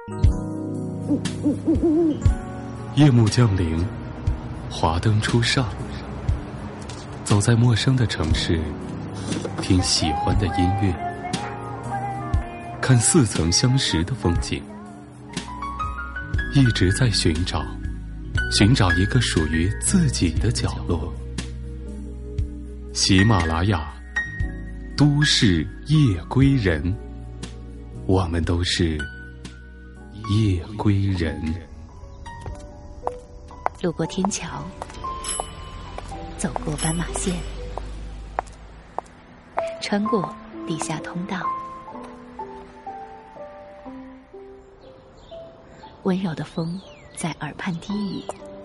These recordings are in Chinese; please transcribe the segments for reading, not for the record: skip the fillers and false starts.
夜幕降临，华灯初上，走在陌生的城市，听喜欢的音乐，看似曾相识的风景，一直在寻找一个属于自己的角落。喜马拉雅，都市夜归人，我们都是夜归人。 路过天桥，走过斑马线，穿过地下通道，温柔的风在耳畔低语，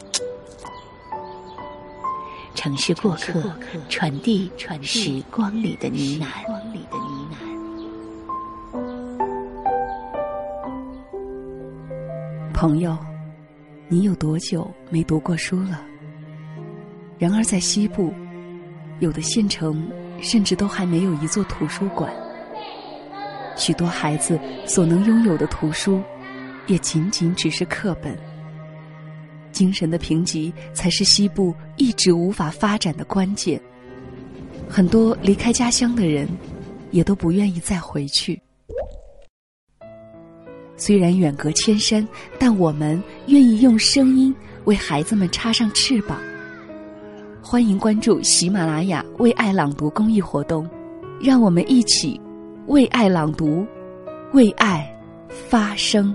城市过客传递时光里的呢喃。 朋友，你有多久没读过书了？然而在西部，有的县城甚至都还没有一座图书馆。许多孩子所能拥有的图书，也仅仅只是课本。精神的贫瘠才是西部一直无法发展的关键。很多离开家乡的人，也都不愿意再回去。虽然远隔千山，但我们愿意用声音为孩子们插上翅膀。欢迎关注喜马拉雅为爱朗读公益活动，让我们一起为爱朗读，为爱发声。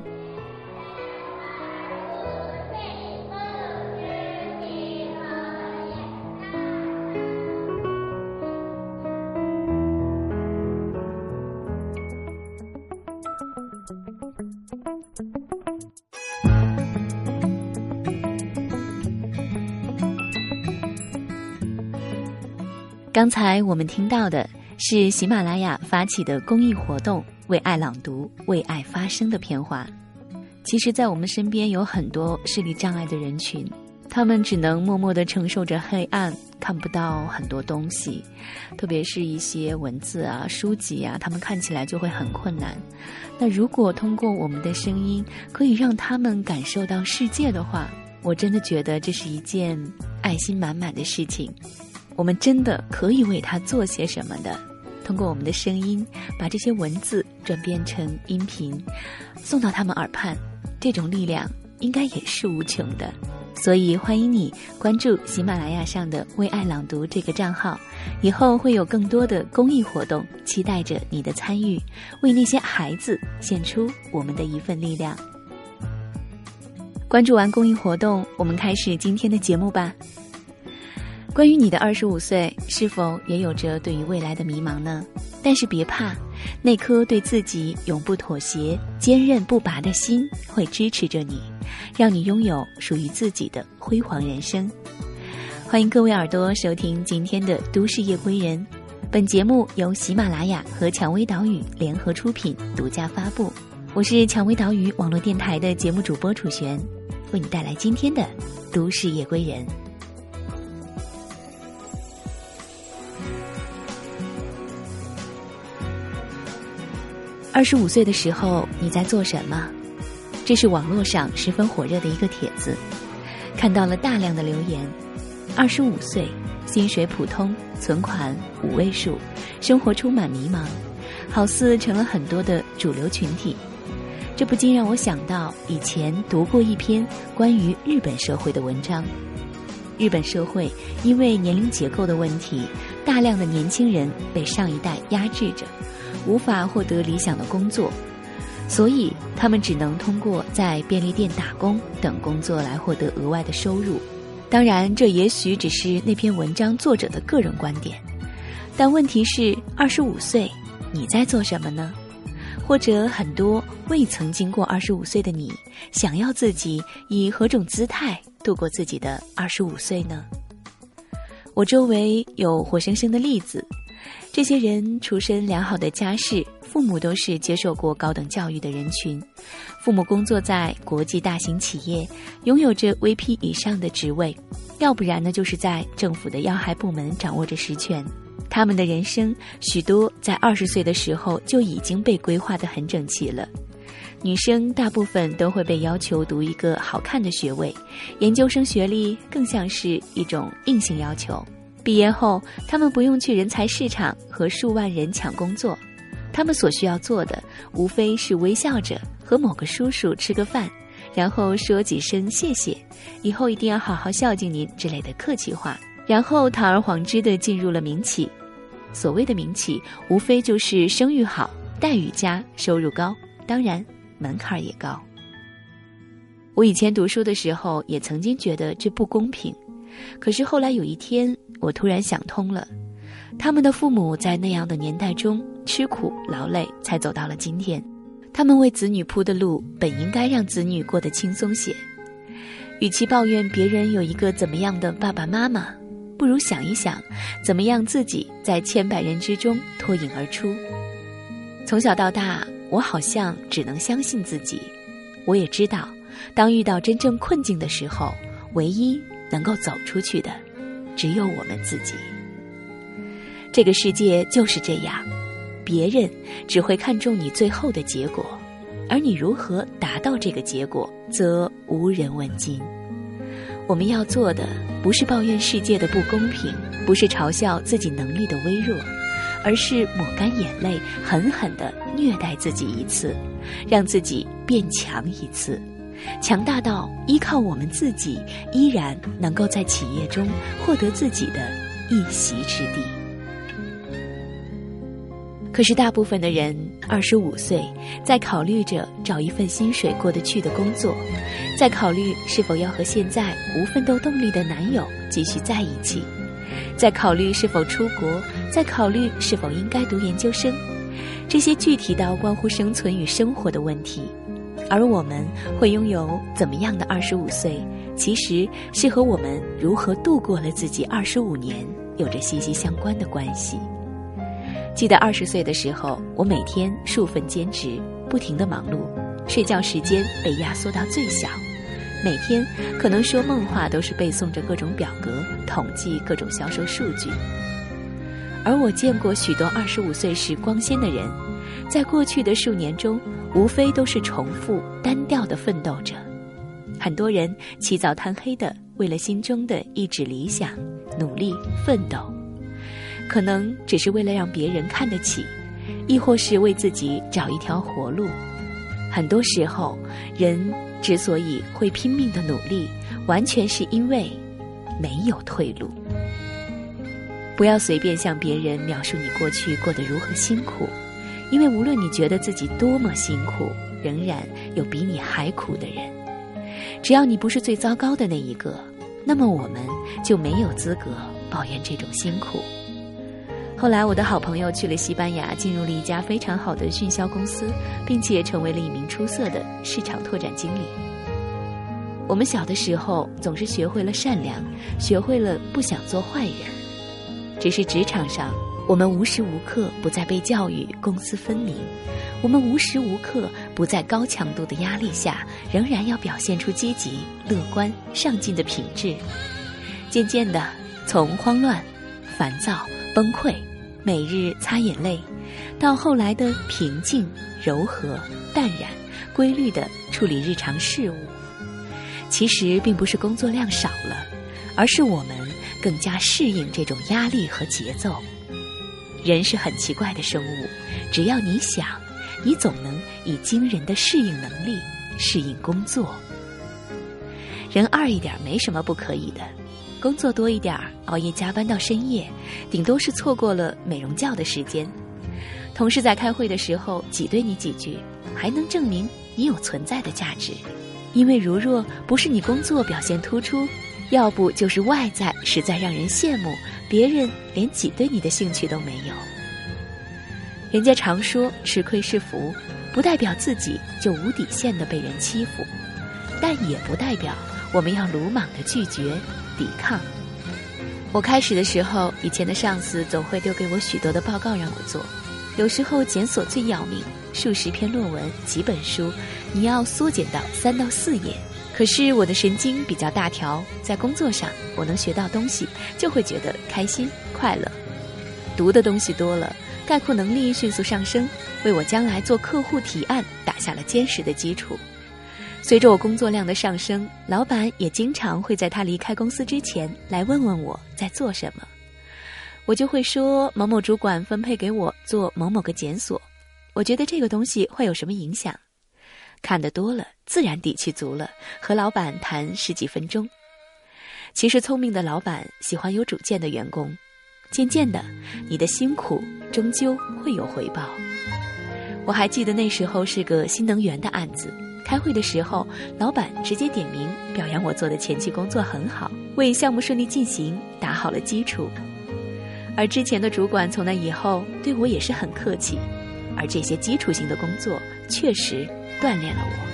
刚才我们听到的是喜马拉雅发起的公益活动为爱朗读为爱发声的片花。其实在我们身边有很多视力障碍的人群，他们只能默默地承受着黑暗，看不到很多东西，特别是一些文字啊书籍啊，他们看起来就会很困难。那如果通过我们的声音可以让他们感受到世界的话，我真的觉得这是一件爱心满满的事情。我们真的可以为他做些什么的，通过我们的声音把这些文字转变成音频送到他们耳畔，这种力量应该也是无穷的。所以欢迎你关注喜马拉雅上的为爱朗读这个账号，以后会有更多的公益活动，期待着你的参与，为那些孩子献出我们的一份力量。关注完公益活动，我们开始今天的节目吧。关于你的25岁，是否也有着对于未来的迷茫呢？但是别怕，那颗对自己永不妥协、坚韧不拔的心会支持着你，让你拥有属于自己的辉煌人生。欢迎各位耳朵收听今天的都市夜归人，本节目由喜马拉雅和蔷薇岛屿联合出品，独家发布。我是蔷薇岛屿网络电台的节目主播楚璇，为你带来今天的都市夜归人。25岁的时候你在做什么？这是网络上十分火热的一个帖子，看到了大量的留言。25岁，薪水普通，存款5位数，生活充满迷茫，好似成了很多的主流群体。这不禁让我想到以前读过一篇关于日本社会的文章。日本社会因为年龄结构的问题，大量的年轻人被上一代压制着，无法获得理想的工作，所以他们只能通过在便利店打工等工作来获得额外的收入。当然，这也许只是那篇文章作者的个人观点，但问题是25岁你在做什么呢？或者很多未曾经过25岁的你，想要自己以何种姿态度过自己的25岁呢？我周围有活生生的例子，这些人出身良好的家世，父母都是接受过高等教育的人群，父母工作在国际大型企业，拥有着 VP 以上的职位，要不然呢就是在政府的要害部门掌握着实权。他们的人生许多在20岁的时候就已经被规划得很整齐了。 女生大部分都会被要求读一个好看的学位，研究生学历更像是一种硬性要求。毕业后，她们不用去人才市场和数万人抢工作，她们所需要做的无非是微笑着和某个叔叔吃个饭，然后说几声谢谢，以后一定要好好孝敬您之类的客气话，然后堂而皇之地进入了民企。所谓的民企，无非就是声誉好、待遇佳、收入高，当然门槛也高。我以前读书的时候也曾经觉得这不公平，可是后来有一天我突然想通了，他们的父母在那样的年代中吃苦劳累才走到了今天，他们为子女铺的路本应该让子女过得轻松些。与其抱怨别人有一个怎么样的爸爸妈妈，不如想一想怎么样自己在千百人之中脱颖而出。从小到大，我好像只能相信自己，我也知道当遇到真正困境的时候，唯一能够走出去的只有我们自己。这个世界就是这样，别人只会看重你最后的结果，而你如何达到这个结果则无人问津。我们要做的不是抱怨世界的不公平，不是嘲笑自己能力的微弱，而是抹干眼泪，狠狠地虐待自己一次，让自己变强一次，强大到依靠我们自己依然能够在企业中获得自己的一席之地。可是大部分的人25岁，在考虑着找一份薪水过得去的工作，在考虑是否要和现在无奋斗动力的男友继续在一起，在考虑是否出国，在考虑是否应该读研究生，这些具体到关乎生存与生活的问题。而我们会拥有怎么样的25岁，其实是和我们如何度过了自己25年有着息息相关的关系。记得20岁的时候，我每天数份兼职，不停地忙碌，睡觉时间被压缩到最小，每天可能说梦话都是背诵着各种表格，统计各种销售数据。而我见过许多25岁时光鲜的人，在过去的数年中，无非都是重复单调地奋斗着。很多人起早贪黑的为了心中的一纸理想努力奋斗，可能只是为了让别人看得起，亦或是为自己找一条活路。很多时候，人之所以会拼命的努力，完全是因为没有退路。不要随便向别人描述你过去过得如何辛苦，因为无论你觉得自己多么辛苦，仍然有比你还苦的人。只要你不是最糟糕的那一个，那么我们就没有资格抱怨这种辛苦。后来我的好朋友去了西班牙，进入了一家非常好的迅销公司，并且成为了一名出色的市场拓展经理。我们小的时候总是学会了善良，学会了不想做坏人，只是职场上我们无时无刻不在被教育公私分明，我们无时无刻不在高强度的压力下仍然要表现出积极、乐观、上进的品质。渐渐的，从慌乱、烦躁、崩溃，每日擦眼泪，到后来的平静、柔和、淡然、规律地处理日常事务。其实并不是工作量少了，而是我们更加适应这种压力和节奏。人是很奇怪的生物，只要你想，你总能以惊人的适应能力适应工作。人二一点没什么不可以的，工作多一点，熬夜加班到深夜，顶多是错过了美容觉的时间。同事在开会的时候挤兑你几句，还能证明你有存在的价值。因为如若不是你工作表现突出，要不就是外在实在让人羡慕，别人连挤兑你的兴趣都没有。人家常说吃亏是福，不代表自己就无底线的被人欺负，但也不代表我们要鲁莽的拒绝抵抗。我开始的时候，以前的上司总会丢给我许多的报告让我做，有时候检索最要命，数十篇论文、几本书，你要缩减到3到4页。可是我的神经比较大条，在工作上我能学到东西，就会觉得开心快乐。读的东西多了，概括能力迅速上升， 为我将来做客户提案打下了坚实的基础。随着我工作量的上升，老板也经常会在他离开公司之前来问问我在做什么。我就会说某某主管分配给我做某某个检索，我觉得这个东西会有什么影响。看得多了，自然底气足了，和老板谈10几分钟。其实聪明的老板喜欢有主见的员工，渐渐的，你的辛苦终究会有回报。我还记得那时候是个新能源的案子，开会的时候，老板直接点名表扬我做的前期工作很好，为项目顺利进行打好了基础。而之前的主管从那以后对我也是很客气，而这些基础性的工作确实锻炼了我。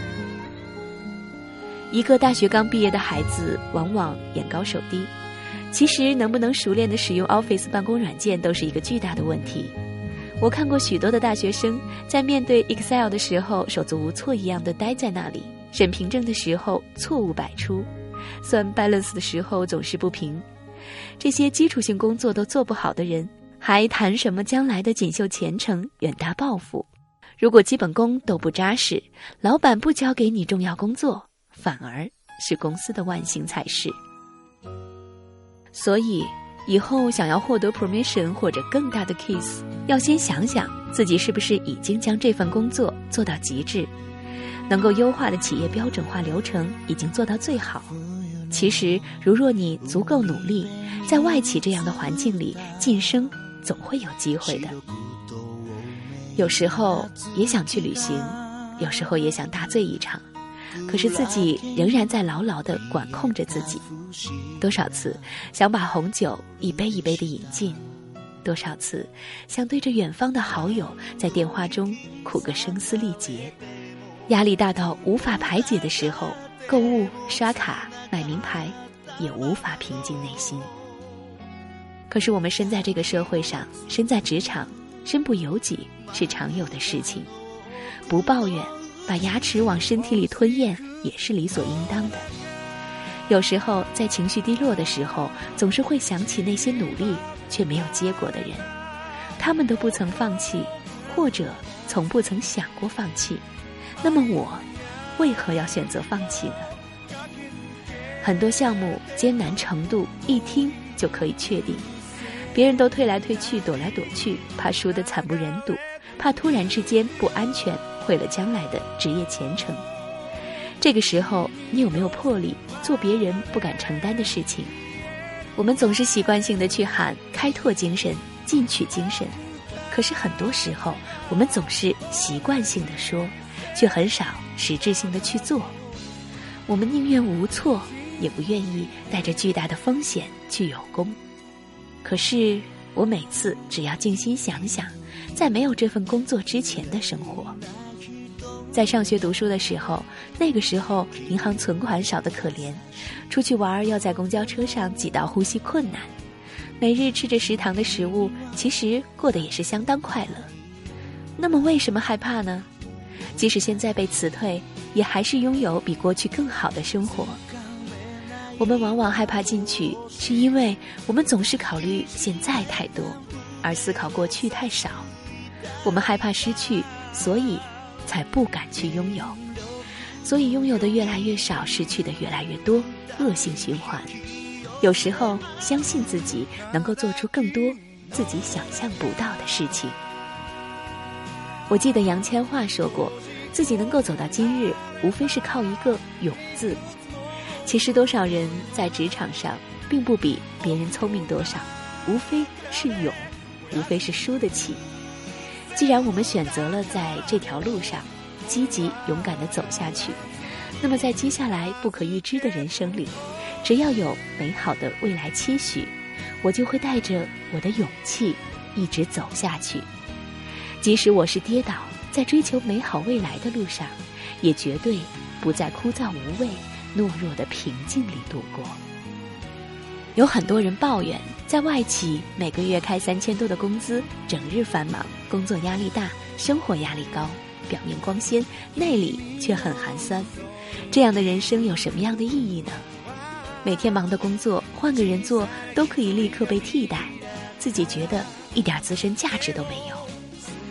一个大学刚毕业的孩子往往眼高手低，其实能不能熟练地使用 Office 办公软件都是一个巨大的问题。我看过许多的大学生在面对 Excel 的时候手足无措一样的待在那里，审凭证的时候错误百出，算 balance 的时候总是不平。这些基础性工作都做不好的人，还谈什么将来的锦绣前程、远大抱负？如果基本功都不扎实，老板不交给你重要工作，反而是公司的万幸才是。所以以后想要获得 promotion 或者更大的 case， 要先想想自己是不是已经将这份工作做到极致，能够优化的企业标准化流程已经做到最好。其实如若你足够努力，在外企这样的环境里晋升总会有机会的。有时候也想去旅行，有时候也想大醉一场，可是自己仍然在牢牢地管控着自己。多少次想把红酒一杯一杯地饮尽，多少次想对着远方的好友在电话中哭个声嘶力竭。压力大到无法排解的时候，购物、刷卡、买名牌也无法平静内心。可是我们身在这个社会上，身在职场，身不由己是常有的事情。不抱怨，把牙齿往身体里吞咽也是理所应当的。有时候在情绪低落的时候，总是会想起那些努力却没有结果的人，他们都不曾放弃，或者从不曾想过放弃，那么我为何要选择放弃呢？很多项目艰难程度一听就可以确定，别人都推来推去，躲来躲去，怕输得惨不忍睹，怕突然之间不安全，毁了将来的职业前程。这个时候你有没有魄力做别人不敢承担的事情？我们总是习惯性的去喊开拓精神、进取精神，可是很多时候我们总是习惯性的说，却很少实质性的去做。我们宁愿无措，也不愿意带着巨大的风险去有功。可是我每次只要静心想想，在没有这份工作之前的生活，在上学读书的时候，那个时候银行存款少得可怜，出去玩要在公交车上挤到呼吸困难，每日吃着食堂的食物，其实过得也是相当快乐。那么为什么害怕呢？即使现在被辞退，也还是拥有比过去更好的生活。我们往往害怕进取，是因为我们总是考虑现在太多，而思考过去太少。我们害怕失去，所以才不敢去拥有，所以拥有的越来越少，失去的越来越多，恶性循环。有时候相信自己能够做出更多自己想象不到的事情。我记得杨千嬅说过，自己能够走到今日，无非是靠一个勇字。其实多少人在职场上并不比别人聪明多少，无非是勇，无非是输得起。既然我们选择了在这条路上积极勇敢地走下去，那么在接下来不可预知的人生里，只要有美好的未来期许，我就会带着我的勇气一直走下去。即使我是跌倒，在追求美好未来的路上，也绝对不在枯燥无味、懦弱的平静里度过。有很多人抱怨，在外企每个月开3000多的工资，整日繁忙，工作压力大，生活压力高，表面光鲜，内里却很寒酸。这样的人生有什么样的意义呢？每天忙的工作，换个人做都可以立刻被替代，自己觉得一点自身价值都没有。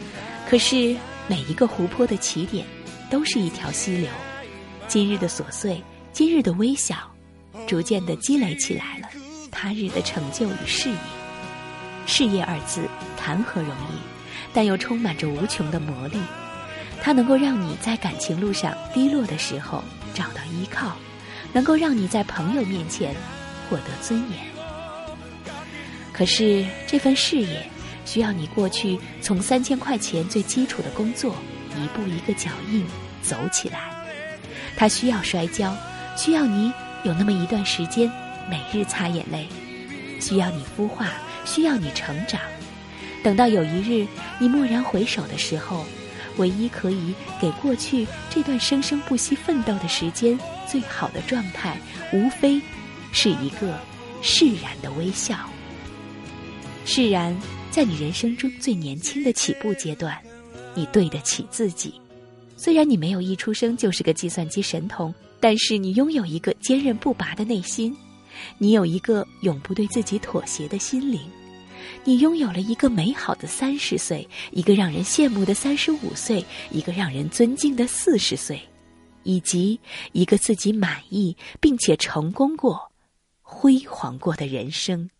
可是每一个湖泊的起点都是一条溪流，今日的琐碎，今日的微小，逐渐地积累起来了他日的成就与事业。事业二字谈何容易，但又充满着无穷的魔力。它能够让你在感情路上低落的时候找到依靠，能够让你在朋友面前获得尊严。可是这份事业需要你过去从3000块钱最基础的工作一步一个脚印走起来。它需要摔跤，需要你有那么一段时间每日擦眼泪，需要你孵化，需要你成长。等到有一日你蓦然回首的时候，唯一可以给过去这段生生不息奋斗的时间最好的状态，无非是一个释然的微笑。释然，在你人生中最年轻的起步阶段，你对得起自己。虽然你没有一出生就是个计算机神童，但是你拥有一个坚韧不拔的内心，你有一个永不对自己妥协的心灵，你拥有了一个美好的30岁，一个让人羡慕的35岁，一个让人尊敬的40岁，以及一个自己满意并且成功过、辉煌过的人生。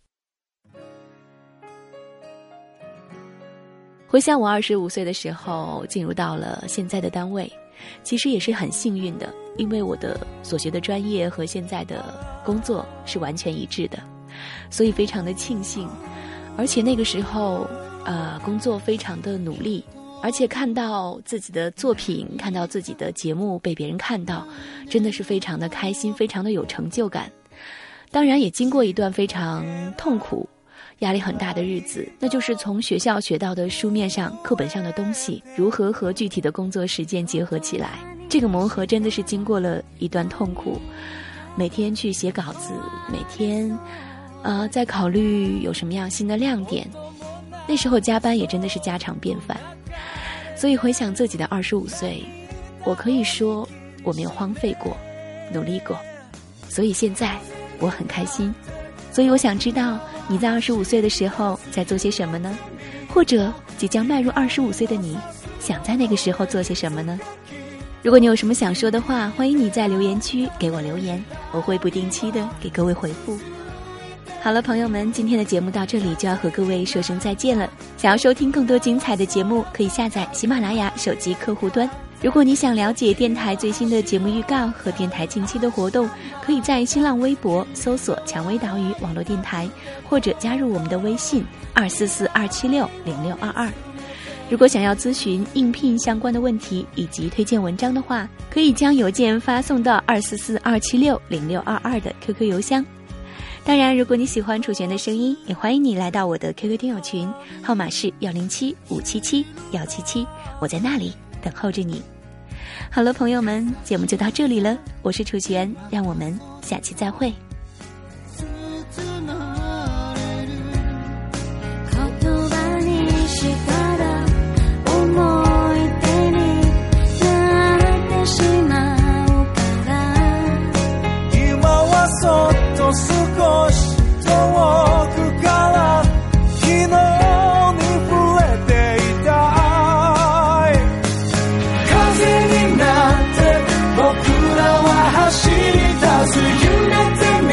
回想我25岁的时候进入到了现在的单位，其实也是很幸运的，因为我的所学的专业和现在的工作是完全一致的，所以非常的庆幸。而且那个时候工作非常的努力，而且看到自己的作品，看到自己的节目被别人看到，真的是非常的开心，非常的有成就感。当然也经过一段非常痛苦压力很大的日子，那就是从学校学到的书面上课本上的东西如何和具体的工作实践结合起来，这个磨合真的是经过了一段痛苦。每天去写稿子，每天在考虑有什么样新的亮点，那时候加班也真的是家常便饭。所以回想自己的25岁，我可以说我没有荒废过，努力过，所以现在我很开心。所以我想知道你在25岁的时候在做些什么呢？或者即将迈入25岁的你想在那个时候做些什么呢？如果你有什么想说的话，欢迎你在留言区给我留言，我会不定期的给各位回复。好了，朋友们，今天的节目到这里就要和各位说声再见了。想要收听更多精彩的节目，可以下载喜马拉雅手机客户端。如果你想了解电台最新的节目预告和电台近期的活动，可以在新浪微博搜索蔷薇岛屿网络电台，或者加入我们的微信244-276-0622。如果想要咨询应聘相关的问题以及推荐文章的话，可以将邮件发送到244-276-0622的 QQ 邮箱。当然，如果你喜欢楚璇的声音，也欢迎你来到我的 QQ 听友群，号码是107-577-177，我在那里等候着你。好了，朋友们，节目就到这里了，我是楚璇，让我们下期再会。 少し遠くから昨日に触れていたい風になって僕らは走り出す揺れて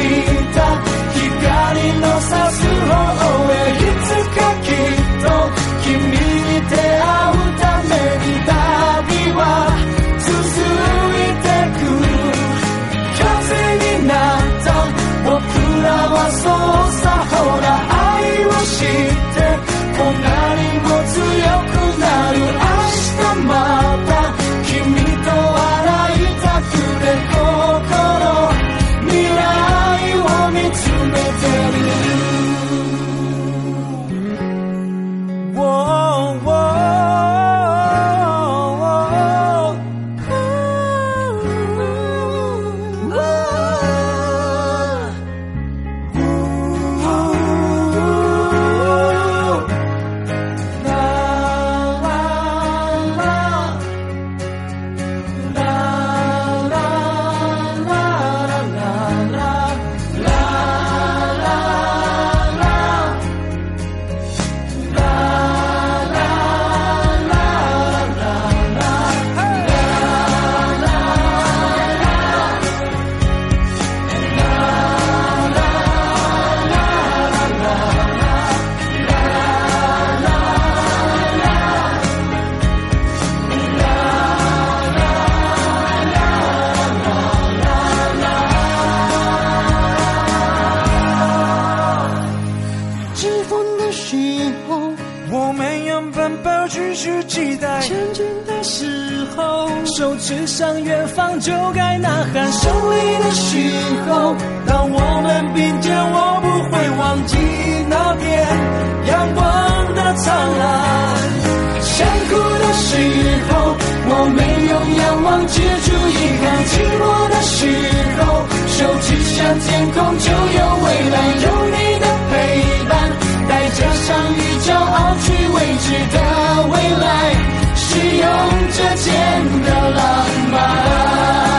场就该呐喊胜利的时候，当我们并肩，我不会忘记那片阳光的灿烂。想哭的时候，我没有仰望，止住遗憾。寂寞的时候，手指向天空就有未来，有你的陪伴，带着伤与骄傲去未知的未来，是用这剑的浪漫。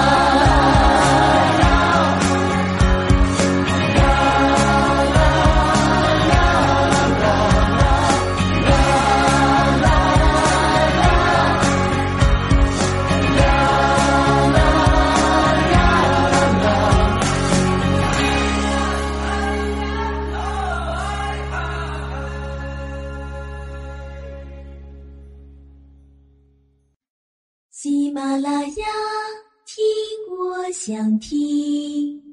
喜马拉雅，听我想听。